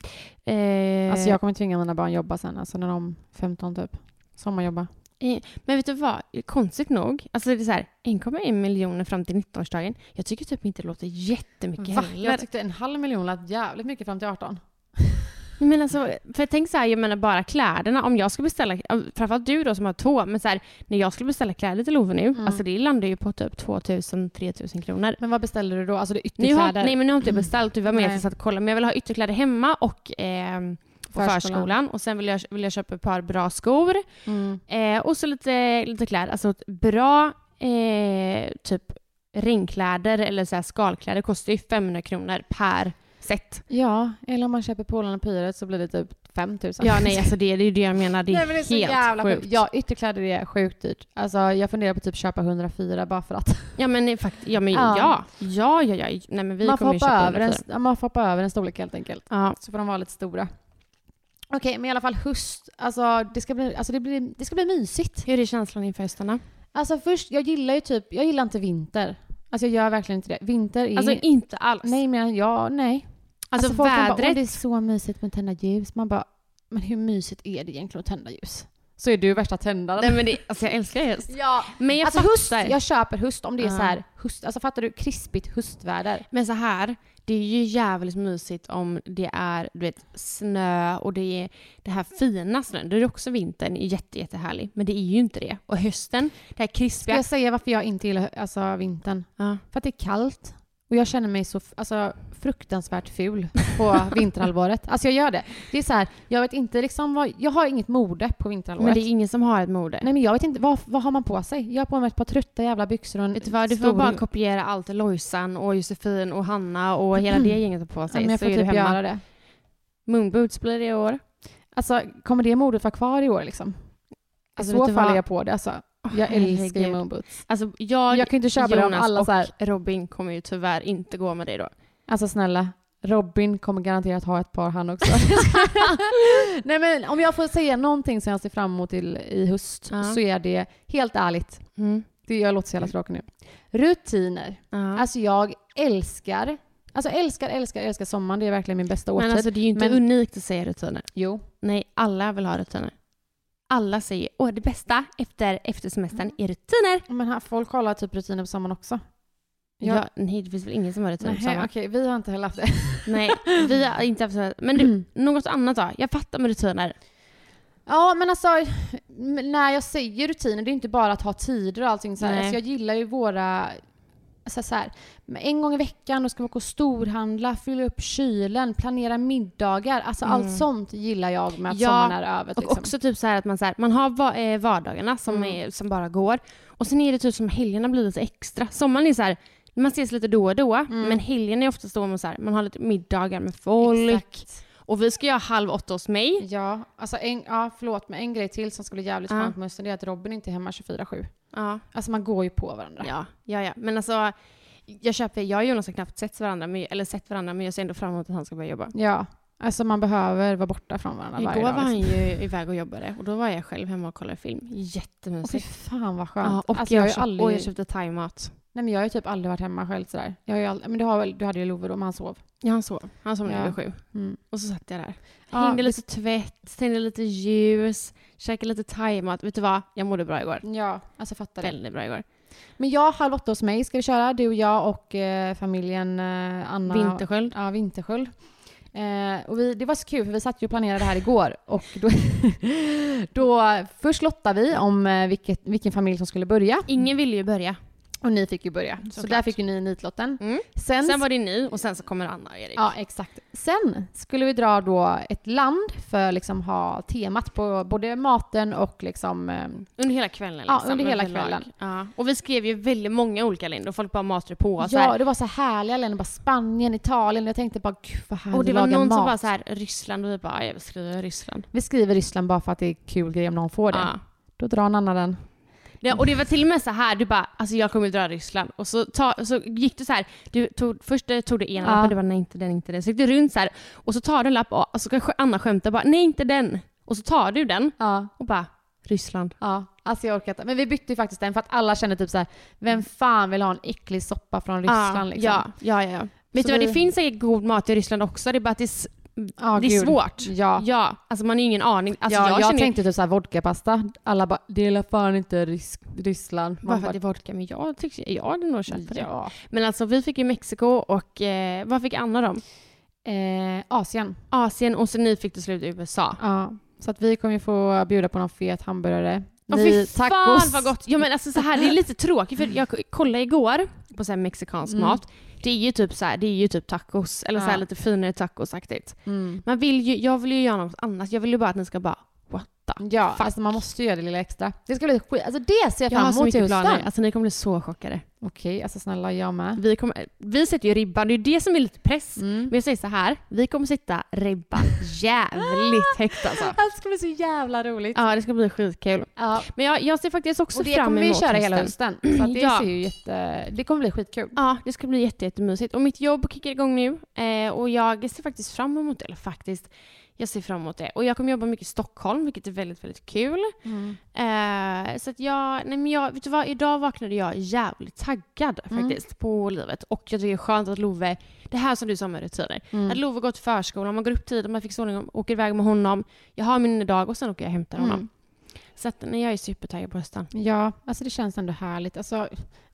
eh, Alltså jag kommer tvinga mina barn jobba sen, alltså när de är femton typ. Sommarjobba. eh, men vet du vad? Konstigt nog. Alltså det är så här, en komma en miljoner fram till nittonårsdagen. Jag tycker typ inte det låter jättemycket Va? heller. Jag tyckte en halv miljon lät jävligt mycket fram till arton. Men alltså, för jag tänker så här, jag menar bara kläderna. Om jag skulle beställa, framförallt du då som har två, men så här, när jag skulle beställa kläder till Love nu, Mm. alltså det landar ju på typ tvåtusen till tretusen kronor. Men vad beställde du då? Alltså det är Nu har, ytterkläder. nej men nu har inte jag beställt, du var med Nej. så att kolla, men jag vill ha ytterkläder hemma och eh, på Förskolan. förskolan. Och sen vill jag, vill jag köpa ett par bra skor Mm. eh, och så lite, lite kläder. Alltså ett bra eh, typ ringkläder eller så här skalkläder kostar ju femhundra kronor per set. Ja, eller om man köper Polarn och Pyret så blir det typ fem tusen. Ja nej alltså det, det är ju det jag menar, det är, Nej, men det är så helt jävla sjukt. sjukt. Ja, ytterkläder är sjukt dyrt. Alltså jag funderar på typ köpa hundrafyra bara för att Ja men faktiskt, ja men Ja. ja. Ja, ja, ja. Nej men vi man får, kommer ju hoppa köpa över en, hundrafyra. ja, man får hoppa över en storlek helt enkelt. Ja. Så får de vara lite stora. Okej, men i alla fall höst. Alltså det ska bli, alltså, det blir, det ska bli mysigt. Hur är känslan inför höstarna? Alltså först, jag gillar ju typ, jag gillar inte vinter. Alltså jag gör verkligen inte det. Vinter är... Alltså inte alls. nej men ja, nej. Alltså, Alltså, folk kan bara, vädret. åh, det är så mysigt med tända ljus. Man bara, men hur mysigt är det egentligen att tända ljus? Så är du värsta tändaren. Nej men det, alltså jag älskar höst. Ja, Men jag alltså höst, fattar. jag köper höst om det är Ja. så här höst, alltså fattar du, krispigt höstväder. Men så här, det är ju jävligt mysigt om det är du vet, snö och det är det här fina snön. Det är också vintern, är jätte, jättehärlig. Men det är ju inte det. Och hösten, det här Ska krispiga. jag säga varför jag inte gillar alltså, vintern? Ja. För att det är kallt. Och jag känner mig så, alltså fruktansvärt ful på vinterhalvåret. Alltså jag gör det. Det är så här, jag vet inte liksom vad, jag har inget mode på vinterhalvåret. Men det är ingen som har ett mode. Nej, men jag vet inte, vad, vad har man på sig? Jag har på mig ett par trötta jävla byxor och en Vet du vad, du får stor... bara kopiera allt Lojsan och Josefin och Hanna och hela det gänget har på sig. Ja, men jag så får är typ du hemma. göra det. Moonboots blir det i år. Alltså, kommer det modet vara kvar i år liksom? Alltså, I så vet du fall vad? är jag på det. Alltså. Oh, Jag älskar ju herregud. moonboots. Alltså jag, Jag kan inte köpa dem Jonas alla och så här. Robin kommer ju tyvärr inte gå med dig då. Alltså snälla, Robin kommer garanterat ha ett par han också. Nej, men om jag får säga någonting som jag ser fram emot till i höst Ja. så är det helt ärligt. Mm. Det jag låter så jävla tråkig nu. Rutiner. Ja. Alltså jag älskar, alltså älskar, älskar, älskar sommaren. Det är verkligen min bästa årstid. Men alltså det är ju inte Men- unikt att säga rutiner. Jo. Nej, alla vill ha rutiner. Alla säger, åh det bästa efter, efter semestern är rutiner. Men här, folk har typ rutiner på sommaren också. Ja. Ja. Nej, det finns väl ingen som har rutiner på Nej, sommaren. okej, vi har inte heller haft det. Nej, vi har inte haft så. Men du, något annat då? Jag fattar med rutiner. Ja, men alltså m- när jag säger rutiner, det är inte bara att ha tider och allting så här. Nej. Alltså, jag gillar ju våra alltså, så här, men en gång i veckan då ska vi gå och storhandla, fylla upp kylen, planera middagar. Alltså Mm. allt sånt gillar jag med att Ja, sommaren är över. Och Liksom. också typ så här att man, så här, man har va- eh, vardagarna som, Mm. är, som bara går. Och sen är det typ som helgerna blir lite extra. Sommaren är så här, man ses lite då och då. Mm. Men helgen är ofta så man, så här, man har lite middagar med folk. Exakt. Och vi ska göra halv åtta hos mig. Ja, alltså en, ja, förlåt, men en grej till som skulle bli jävligt Ja. skönt med hösten, det är att Robin inte är hemma tjugofyra sju. Ja, Alltså man går ju på varandra. ja, ja, ja. Men alltså, jag, köper, jag och Jonas har knappt sett varandra, men, eller sett varandra, men jag ser ändå fram emot att han ska börja jobba. Ja, alltså man behöver vara borta från varandra varje Igår dag. var han liksom. ju iväg och jobbade och då var jag själv hemma och kollade film. Åh, fy Jättemysigt. fan vad skönt. Ja, och, alltså, jag har ju köpt, aldrig... och jag köpte thaimat. Nej, men jag har ju typ aldrig varit hemma själv sådär. Jag har ju aldrig... Men du, har väl... du hade ju Love då, men han sov. Ja, han sov. Han sov Ja. vid sju. Mm. Och så satt jag där. Ja, Hängde det- lite tvätt, tände lite ljus, käkade lite thaimat. Vet du vad? Jag mådde bra igår. Ja, alltså fattar det. Väldigt bra igår. Men jag, halv åtta hos mig ska vi köra. Du och jag och eh, familjen eh, Anna. Vintersköld. Ja, Vintersköld. Eh, och vi, det var så kul för vi satt ju och planerade det här igår. Och då, då först lottade vi om eh, vilket, vilken familj som skulle börja. Ingen ville ju börja. Och ni fick ju börja. Så Såklart. där fick ju ni nitlotten. Mm. Sen, Sen var det ni och sen så kommer Anna och Erik. Ja, exakt. Sen skulle vi dra då ett land för liksom ha temat på både maten och liksom... Eh, Under hela kvällen. Ja, Liksom, under hela överlag. kvällen. Ja. Och vi skrev ju väldigt många olika länder och folk bara matade på. Så här. ja, det var så härliga länder. Bara Spanien, Italien. Jag tänkte bara, gud vad härligt Och det att var laga någon mat. som bara så här, Ryssland och vi bara, jag vill skriva Ryssland. Vi skriver Ryssland bara för att det är kul grej om någon får det. Ja. Då drar Nanna den. Ja, och det var till och med så här, du bara, alltså jag kommer dra Ryssland. Och så, ta, så gick du så här, du tog, först eh, tog du ena Ja. lappen, du bara, nej inte den, inte den. Så gick du runt så här, och så tar du en lapp och, och så kanske Anna skämtar bara, nej inte den. Och så tar du den Ja. och bara, Ryssland. Ja, alltså jag orkar inte. Men vi bytte ju faktiskt den för att alla kände typ så här: vem fan vill ha en äcklig soppa från Ryssland ja, liksom? ja, ja, ja, ja. Vet Så du vad, vi- det finns säkert god mat i Ryssland också, det är bara att det är, s- Ja, det är gud. svårt. Ja. Ja, alltså man har ju ingen aning. Alltså ja, jag, jag, känner ju, tänkte typ såhär vodkapasta. Alla bara, det är fan inte rysk, Ryssland. Man varför bara, att det är vodka, men jag tyckte, jag hade nog köpt på det. ja. Men alltså vi fick ju Mexiko och eh, vad fick Anna då? Eh, Asien. Asien och så ni fick till slut U S A. Ja. Så att vi kommer ju få bjuda på någon fet hamburgare. Åh Ni, fy fan vad gott! Ja men alltså så här, det är lite tråkigt för jag kollade igår på så här mexikansk Mm. mat. Det är ju typ så här, det är ju typ tacos eller så här Ja. lite finare tacosaktigt. Mm. Man vill ju, jag vill ju göra något annat. Jag vill ju bara att ni ska bara what the Ja, fuck. alltså man måste ju göra det lilla extra. Det ska bli skit. Alltså det ser jag Jag fram har så emot till mycket planer. hösten. Alltså ni kommer bli så chockade. Okej, alltså snälla jag med. Vi, kommer, vi sätter ju ribban, det är det som är lite press. Mm. Men jag säger så här, vi kommer sätta ribban jävligt högt alltså. Det ska bli så jävla roligt. Ja, det ska bli skitkul. Ja. Men jag, jag ser faktiskt också Och det fram kommer emot vi köra hela hösten. hösten. Så att det Ja. ser ju jätte... Det kommer bli skitkul. Ja, det ska bli jätte, jättemysigt. Och mitt jobb kickar igång nu. Eh, och jag ser faktiskt fram emot det. Eller faktiskt, jag ser fram emot det. Och jag kommer jobba mycket i Stockholm, vilket är väldigt, väldigt kul. Mm. Eh, så att jag, nej men jag, vet du vad? Idag vaknade jag jävligt taggad Mm. faktiskt på livet. Och jag tycker det är skönt att Love, det här som du sa med rutiner. Mm. Att Love går till förskolan, man går upp tidigt, man fick ordning, åker iväg med honom. Jag har min dag och sen åker jag och hämtar honom. Mm. Så att nej, jag är supertaggad på hösten. Ja, alltså det känns ändå härligt. Alltså,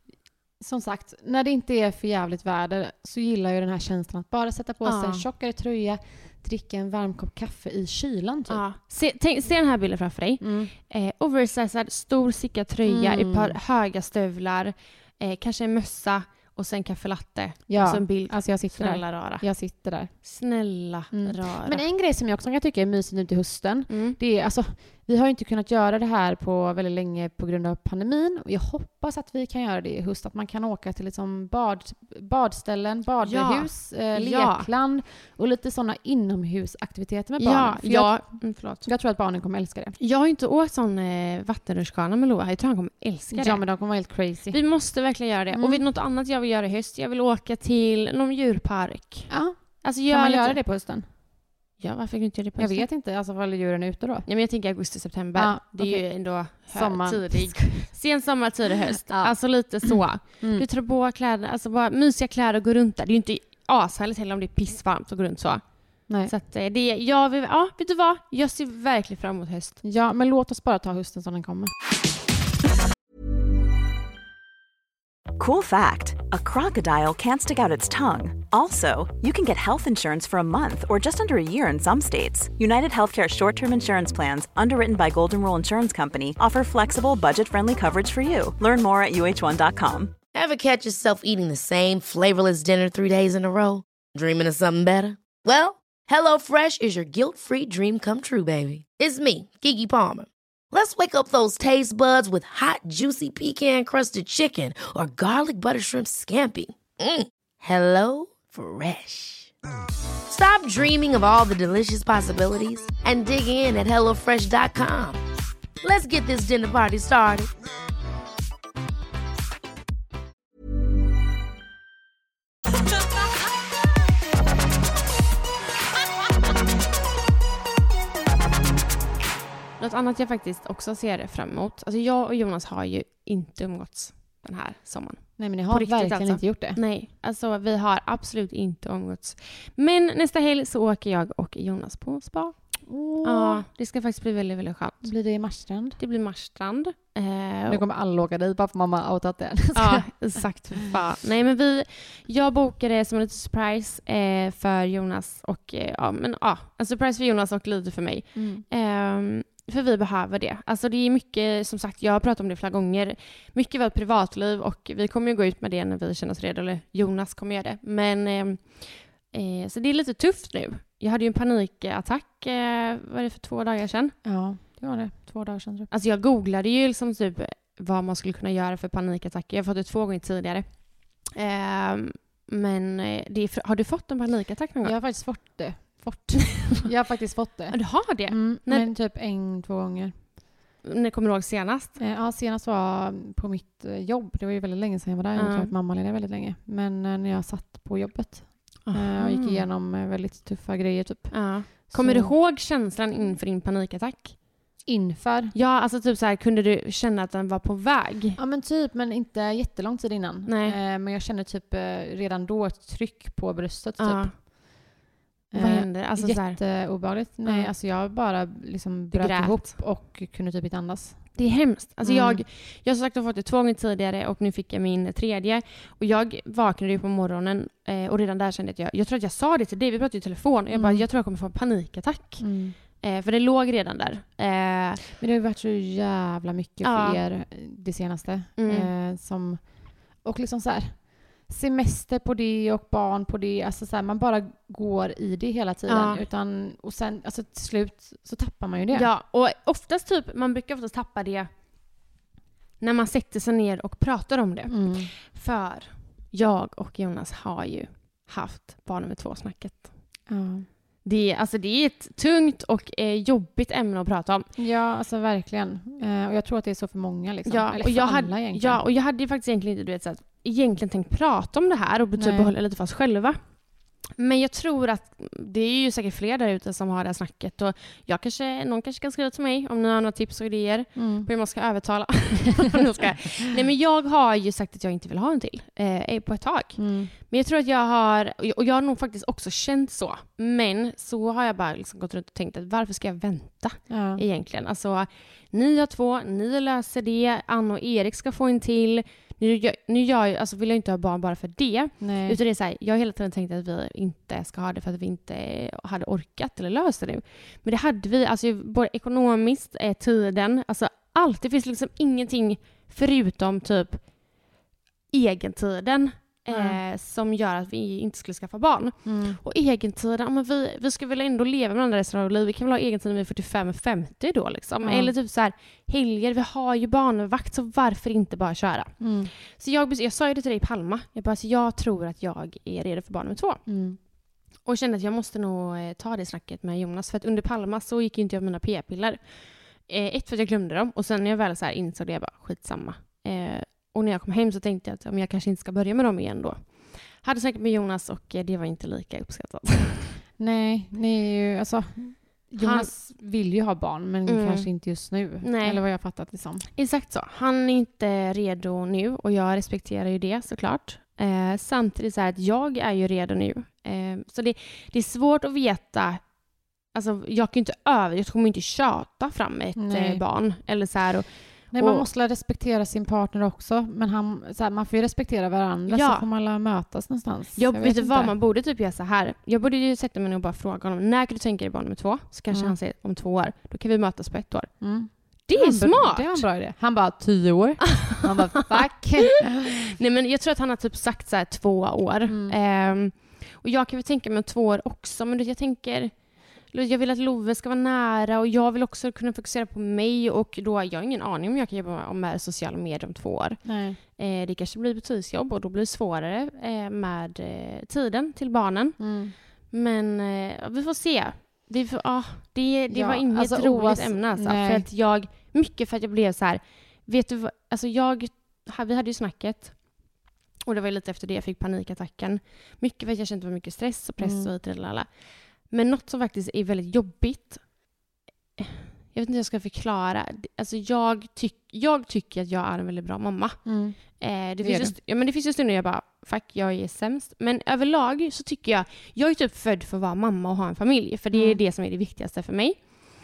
som sagt, när det inte är för jävligt väder så gillar jag den här känslan att bara sätta på sig Ja. en tjockare tröja, dricka en varm kopp kaffe i kylan typ. Ja. Se, tänk, se den här bilden framför dig. Mm. Eh, oversized, stor sickad tröja, Mm. ett par höga stövlar, eh, kanske en mössa och sen kaffe latte. Ja, och så en bild. alltså jag sitter Snälla där. rara. Jag sitter där. Snälla Mm. rara. Men en grej som jag också kan tycka är mysigt nu till hösten, Mm. det är alltså, vi har ju inte kunnat göra det här på väldigt länge på grund av pandemin. Och jag hoppas att vi kan göra det i höst, att man kan åka till liksom bad, badställen, badhus, Ja. eh, Ja. lekland och lite sådana inomhusaktiviteter med barnen. Ja, För jag, ja. Mm, förlåt. jag tror att barnen kommer älska det. Jag har inte åkt sån eh, vattenrutschkana med Loa. Jag tror han kommer älska det. Ja, men de kommer vara helt crazy. Vi måste verkligen göra det. Mm. Och vet du något annat jag vill göra i höst? Jag vill åka till någon djurpark. Ja. Alltså, Kan gör man lite... göra det på hösten? Ja, varför kan du inte göra det på Jag hösten? vet inte, alltså vad är djuren ute då? Ja, men jag tänker augusti, september. Ja, det är okej. ju ändå Sommar. tidig. Sen sommar, tidig höst. Ja. Alltså lite så. Mm. Du tar på kläder, alltså bara mysiga kläder och gå runt där. Det är ju inte ashärligt heller om det är pissvarmt och gå runt så. Nej. Så att eh, det är, jag vill, ja, vet du vad? Jag ser verkligen fram emot höst. Ja, men låt oss bara ta hösten som den kommer. Cool fact, a crocodile can't stick out its tongue. Also, you can get health insurance for a month or just under a year in some states. United Healthcare short-term insurance plans, underwritten by Golden Rule Insurance Company, offer flexible, budget-friendly coverage for you. Learn more at U H one dot com. Ever catch yourself eating the same flavorless dinner three days in a row? Dreaming of something better? Well, HelloFresh is your guilt-free dream come true, baby. It's me, Keke Palmer. Let's wake up those taste buds with hot, juicy pecan-crusted chicken or garlic butter shrimp scampi. Mm. Hello Fresh. Stop dreaming of all the delicious possibilities and dig in at hello fresh dot com. Let's get this dinner party started. Något annat jag faktiskt också ser fram emot. Alltså jag och Jonas har ju inte umgåtts den här sommaren. Nej, men ni På har riktigt verkligen alltså. inte gjort det. Nej, alltså vi har absolut inte umgåtts. Men nästa helg så åker jag och Jonas på spa. Åh. Ja, det ska faktiskt bli väldigt, väldigt skönt. Blir det i Marstrand? Det blir Marstrand. Eh, Nu kommer alla åka dit bara för mamma outat det. Ja, exakt. För fan. Nej, men vi, jag bokade som en liten surprise eh, för Jonas och eh, ja, men ja, en surprise för Jonas och lite för mig. Mm. Eh, för vi behöver det. Alltså det är mycket, som sagt, jag har pratat om det flera gånger. Mycket av vårt privatliv och vi kommer ju gå ut med det när vi känner oss redo. Eller Jonas kommer göra det. Men eh, eh, så det är lite tufft nu. Jag hade ju en panikattack, eh, vad är det för två dagar sedan? Ja, det var det. Två dagar sedan. Tror jag. Alltså jag googlade ju liksom typ vad man skulle kunna göra för panikattacker. Jag har fått det två gånger tidigare. Eh, men det är, har du fått en panikattack någon gång? Jag har faktiskt fått det. Fått. Jag har faktiskt fått det. Ja, du har det? Mm, När- men typ en, två gånger. När kommer du ihåg senast? Eh, Ja, senast var på mitt eh, jobb. Det var ju väldigt länge sedan jag var där. Jag Ja. har varit mammaledig väldigt länge. Men eh, när jag satt på jobbet eh, och gick igenom eh, väldigt tuffa grejer typ. Ja. Kommer Så- du ihåg känslan inför din panikattack? Inför? Ja, alltså typ så här, kunde du känna att den var på väg? Ja, men typ, men inte jättelång tid innan. Nej. Eh, men jag kände typ eh, redan då ett tryck på bröstet typ. Ja. Vad Eh, hände? Alltså, så här, Jätteobehagligt. Nej, Ja. alltså jag bara liksom Du bröt grät. ihop och kunde typ inte andas. det är hemskt. Alltså Mm. jag, jag har sagt att jag fått det två gånger tidigare och nu fick jag min tredje. Och jag vaknade ju på morgonen eh, och redan där kände jag att jag, jag tror att jag sa det till dig, vi pratade i telefon och jag bara, Mm. jag tror jag kommer få en panikattack. Mm. Eh, för det låg redan där. Eh, Men det har ju varit så jävla mycket Ja. för er det senaste. Mm. Eh, som, och liksom så här, semester på det och barn på det. Alltså så här, man bara går i det hela tiden. Ja. Utan, och sen alltså till slut så tappar man ju det. Ja, och oftast typ, man brukar oftast tappa det när man sätter sig ner och pratar om det. Mm. För jag och Jonas har ju haft barn nummer två-snacket. Ja. Det är, alltså det är ett tungt och eh, jobbigt ämne att prata om. ja, alltså verkligen. Eh, och jag tror att det är så för många. Liksom. Ja, Eller och för jag alla hade, egentligen. ja, och jag hade ju faktiskt egentligen inte du vet, så att, egentligen tänkt prata om det här och typ Nej. behålla lite för oss själva. Men jag tror att det är ju säkert fler där ute som har det här snacket. Och jag kanske, någon kanske kan skriva till mig om ni har några tips och idéer Mm. på hur man ska övertala. Jag ska. Nej, men jag har ju sagt att jag inte vill ha en till eh, på ett tag. Mm. Men jag tror att jag har, och jag har nog faktiskt också känt så. Men så har jag bara liksom gått runt och tänkt att varför ska jag vänta Ja. egentligen? Alltså, ni har två, ni löser det. Anna och Erik ska få en till. Nu, jag, nu jag, alltså vill jag inte ha barn bara för det. Nej. Utan det är så här, jag har hela tiden tänkt att vi inte ska ha det för att vi inte hade orkat eller löst det nu. Men det hade vi, alltså både ekonomiskt, eh, tiden, alltså allt. Det finns liksom ingenting förutom typ egentiden Mm. Eh, som gör att vi inte skulle skaffa barn. Mm. Och egentiden, men vi, vi ska väl ändå leva med andra resten av livet. Vi kan väl ha egentid när vi är fyrtiofem femtio då liksom. Mm. Eller typ så här, helger, vi har ju barnvakt, så varför inte bara köra? Mm. Så jag, jag sa ju det till dig i Palma. Jag bara, så jag tror att jag är redo för barn nummer två. Mm. Och kände att jag måste nog eh, ta det snacket med Jonas. För att under Palma så gick inte jag med mina p-piller. Eh, ett för att jag glömde dem. Och sen när jag väl så här insåg det, jag bara, skitsamma. Eh, och när jag kom hem så tänkte jag att om jag kanske inte ska börja med dem igen då. Hade snackat med Jonas och eh, det var inte lika uppskattat. Nej, ni är ju, alltså Jonas han, vill ju ha barn men mm. kanske inte just nu. Nej. Eller vad jag fattat det som. Exakt så. Han är inte redo nu och jag respekterar ju det såklart. Eh, samtidigt så här att jag är ju redo nu. Eh, så det, det är svårt att veta. Alltså jag kan ju inte över, jag kommer inte tjata fram ett eh, barn. Eller så här och, Nej, man måste respektera sin partner också. Men han, så här, man får ju respektera varandra ja. Så får man mötas någonstans. Jag, jag vet inte vad man borde typ göra så här. Jag borde ju sätta mig och bara fråga honom. När kan du tänka dig barn nummer två? Så kanske mm. han säger om två år. Då kan vi mötas på ett år. Mm. Det är han smart! Det är en bra idé. Han bara, tio år. Han bara, fuck. Nej men jag tror att han har typ sagt så här två år. Mm. Um, och jag kan väl tänka mig om två år också. Men jag tänker... Jag vill att Love ska vara nära och jag vill också kunna fokusera på mig och då jag har ingen aning om jag kan jobba med sociala medier om två år. Nej. Eh, det kanske blir butiksjobb och då blir det svårare eh, med eh, tiden till barnen. Mm. Men eh, vi får se. Det, får, ah, det, det ja, var inget alltså, roligt oas- ämne. Alltså, för att jag, mycket för att jag blev så här, vet du vad, alltså jag, vi hade ju snacket och det var lite efter det jag fick panikattacken. Mycket för att jag kände för mycket stress och press mm. och hit och lala. Men något som faktiskt är väldigt jobbigt, jag vet inte hur jag ska förklara. Alltså jag, tyck, jag tycker att jag är en väldigt bra mamma. Mm. Eh, det, det, finns just, ja, men det finns just nu när jag bara, fuck, jag är sämst. Men överlag så tycker jag, jag är typ född för att vara mamma och ha en familj. För det är mm. det som är det viktigaste för mig.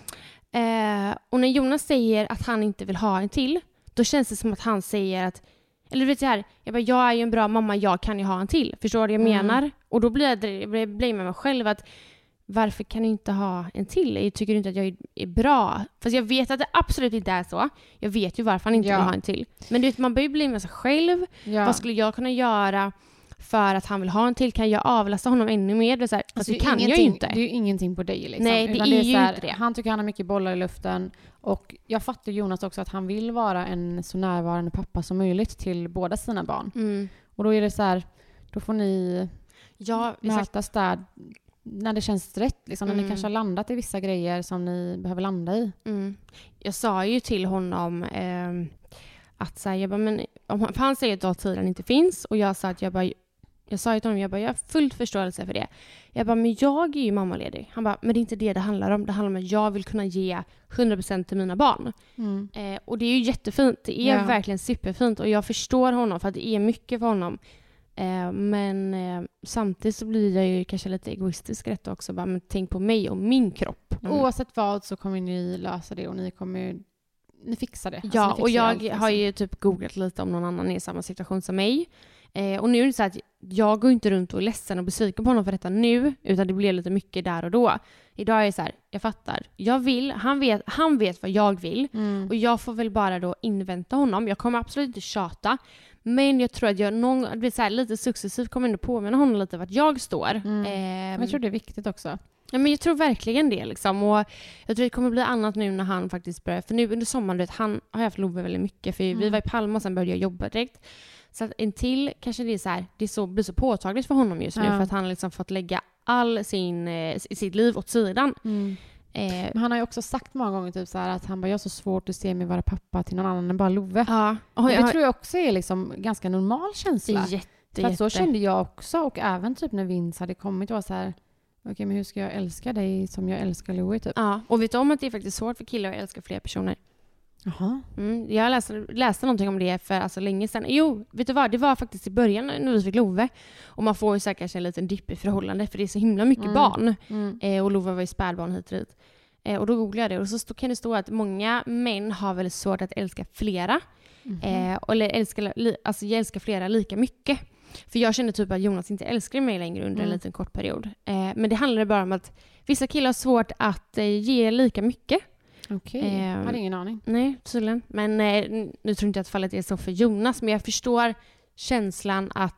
Eh, och när Jonas säger att han inte vill ha en till, då känns det som att han säger att, eller vet jag här, jag bara, jag är ju en bra mamma, jag kan ju ha en till. Förstår du vad jag mm. menar? Och då blir jag, blir jag med mig själv att varför kan du inte ha en till? Jag tycker inte att jag är bra. Fast jag vet att det absolut inte är så. Jag vet ju varför han inte ja. vill ha en till. Men du vet, man börjar bli med sig själv. Ja. Vad skulle jag kunna göra för att han vill ha en till? Kan jag avlasta honom ännu mer? Det, är så här, alltså, det kan jag ju inte. Det är ju ingenting på dig. Liksom. Nej, det Utan är, det är ju så här, inte det. Han tycker han har mycket bollar i luften. Och jag fattar Jonas också att han vill vara en så närvarande pappa som möjligt till båda sina barn. Mm. Och då är det så här, då får ni ja, mötas där när det känns rätt. Liksom, mm. När ni kanske har landat i vissa grejer som ni behöver landa i. Mm. Jag sa ju till honom eh, att så här, jag bara, men, om han, för han säger att dagtiden inte finns. Och jag sa att jag bara, jag sa till honom, jag bara, jag har fullt förståelse för det. Jag bara, men jag är ju mammaledig. Han bara, men det är inte det det handlar om. Det handlar om att jag vill kunna ge hundra procent till mina barn. Mm. Eh, och det är ju jättefint. Det är ja. verkligen superfint. Och jag förstår honom för att det är mycket för honom. Eh, men eh, samtidigt så blir jag ju kanske lite egoistisk rätt också. Bara, men tänk på mig och min kropp. Mm. Oavsett vad så kommer ni lösa det och ni kommer ni fixar det. Alltså, ja, fixar och jag allt, liksom. har ju typ googlat lite om någon annan i samma situation som mig. Eh, och nu är det så att jag går inte runt och är ledsen och besviken på honom för detta nu, utan det blir lite mycket där och då. Idag är det så här, jag fattar. Jag vill, han vet, han vet vad jag vill. Mm. Och jag får väl bara då invänta honom. Jag kommer absolut inte tjata. Men jag tror att jag någon, det blir så här, lite successivt kommer ändå påminna honom lite vart jag står. Mm. Eh, jag tror det är viktigt också. Ja, men jag tror verkligen det. Liksom. Och jag tror det kommer bli annat nu när han faktiskt börjar. För nu under sommaren, vet, han har haft Love väldigt mycket. För mm. vi var i Palma och sen började jag jobba direkt. Så att en till kanske det är så här, det är så, blir så påtagligt för honom just nu. Ja. För att han har liksom fått lägga all sin, eh, sitt liv åt sidan. Mm. Eh, Men han har ju också sagt många gånger typ så här att han bara, jag har så svårt att se mig vara pappa till någon annan än bara Love. Ja. Och det har... tror jag också är liksom ganska normal känsla. Jätte, för att så kände jag också. Och även typ när Vince hade kommit och var så här, okej, okay, men hur ska jag älska dig som jag älskar Louie typ? Ja, och vet du om att det är faktiskt svårt för killar att älska fler personer? Jaha. Mm, jag läste, läste någonting om det för alltså länge sedan. Jo, vet du vad? Det var faktiskt i början när vi fick Love. Och man får ju säkert en liten dipp i förhållande för det är så himla mycket mm. barn. Mm. Eh, och Love var ju spädbarn hit och dit. Eh, och då googlade jag det och så stå, kan det stå att många män har väldigt svårt att älska flera. Mm. Eh, eller älska, li, alltså älska flera lika mycket. För jag kände typ att Jonas inte älskar mig längre under mm. en liten kort period. Eh, men det handlar bara om att vissa killar har svårt att eh, ge lika mycket. Okej, okay. jag hade ingen aning. Nej, tydligen. Men eh, nu tror inte jag att fallet är så för Jonas. Men jag förstår känslan att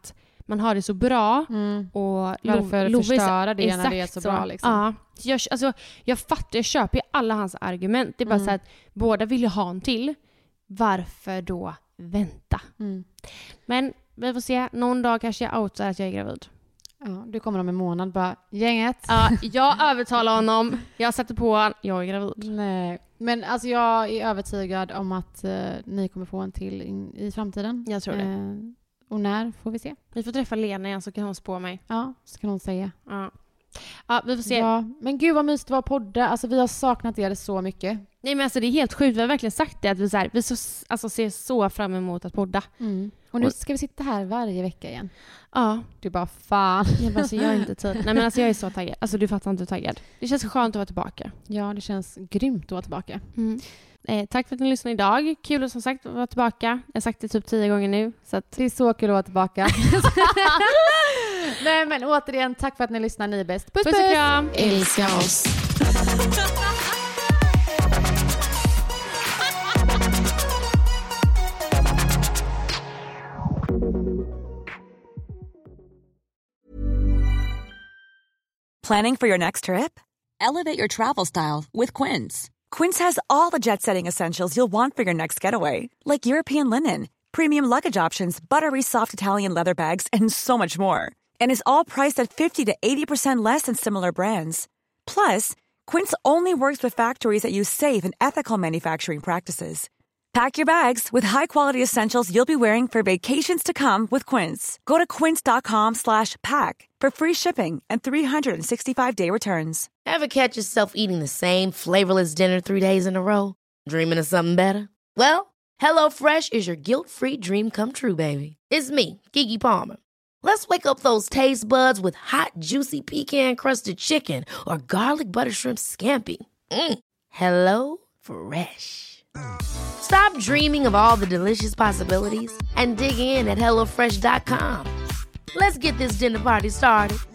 man har det så bra. Mm. Och Varför Love, förstöra det när det är så, så bra? Liksom. Ja. Jag, alltså, jag fattar, jag köper ju alla hans argument. Det är bara Mm. så att båda vill ju ha en till. Varför då vänta? Mm. Men vi får se. Någon dag kanske jag outar att jag är gravid. Ja, du kommer om en månad bara, gänget. Ja, jag övertalar honom. Jag sätter på honom. Jag är gravid. Nej. Men alltså jag är övertygad om att eh, ni kommer få en till in, i framtiden. Jag tror det. Eh, och när får vi se? Vi får träffa Lena igen så kan hon spå mig. Ja, så kan hon säga. Ja, ja vi får se. Ja, men gud vad mysigt det var att podda. Alltså vi har saknat er så mycket. Nej men alltså det är helt sjukt. Vi har verkligen sagt det. Att vi, så här, vi så, alltså, ser så fram emot att podda. Mm. Och nu ska vi sitta här varje vecka igen. Ja. Du bara, fan. Jag, bara, alltså, jag är inte tid. Nej men alltså jag är så taggad. Alltså du fattar inte hur taggad. Det känns så skönt att vara tillbaka. Ja, det känns grymt att vara tillbaka. Mm. Eh, tack för att ni lyssnade idag. Kul att som sagt vara tillbaka. Jag har sagt det typ tio gånger nu. Så att... Det är så kul att vara tillbaka. Nej men återigen, tack för att ni lyssnar. Ni är bäst. Puss, puss och kram. Älskar oss. Planning for your next trip? Elevate your travel style with Quince. Quince has all the jet-setting essentials you'll want for your next getaway, like European linen, premium luggage options, buttery soft Italian leather bags, and so much more. And is all priced at fifty to eighty percent less than similar brands. Plus, Quince only works with factories that use safe and ethical manufacturing practices. Pack your bags with high-quality essentials you'll be wearing for vacations to come with Quince. Go to quince.com slash pack for free shipping and three sixty-five day returns. Ever catch yourself eating the same flavorless dinner three days in a row? Dreaming of something better? Well, HelloFresh is your guilt-free dream come true, baby. It's me, Keke Palmer. Let's wake up those taste buds with hot, juicy pecan-crusted chicken or garlic butter shrimp scampi. Mm. Hello Fresh. Stop dreaming of all the delicious possibilities and dig in at hello fresh dot com. Let's get this dinner party started.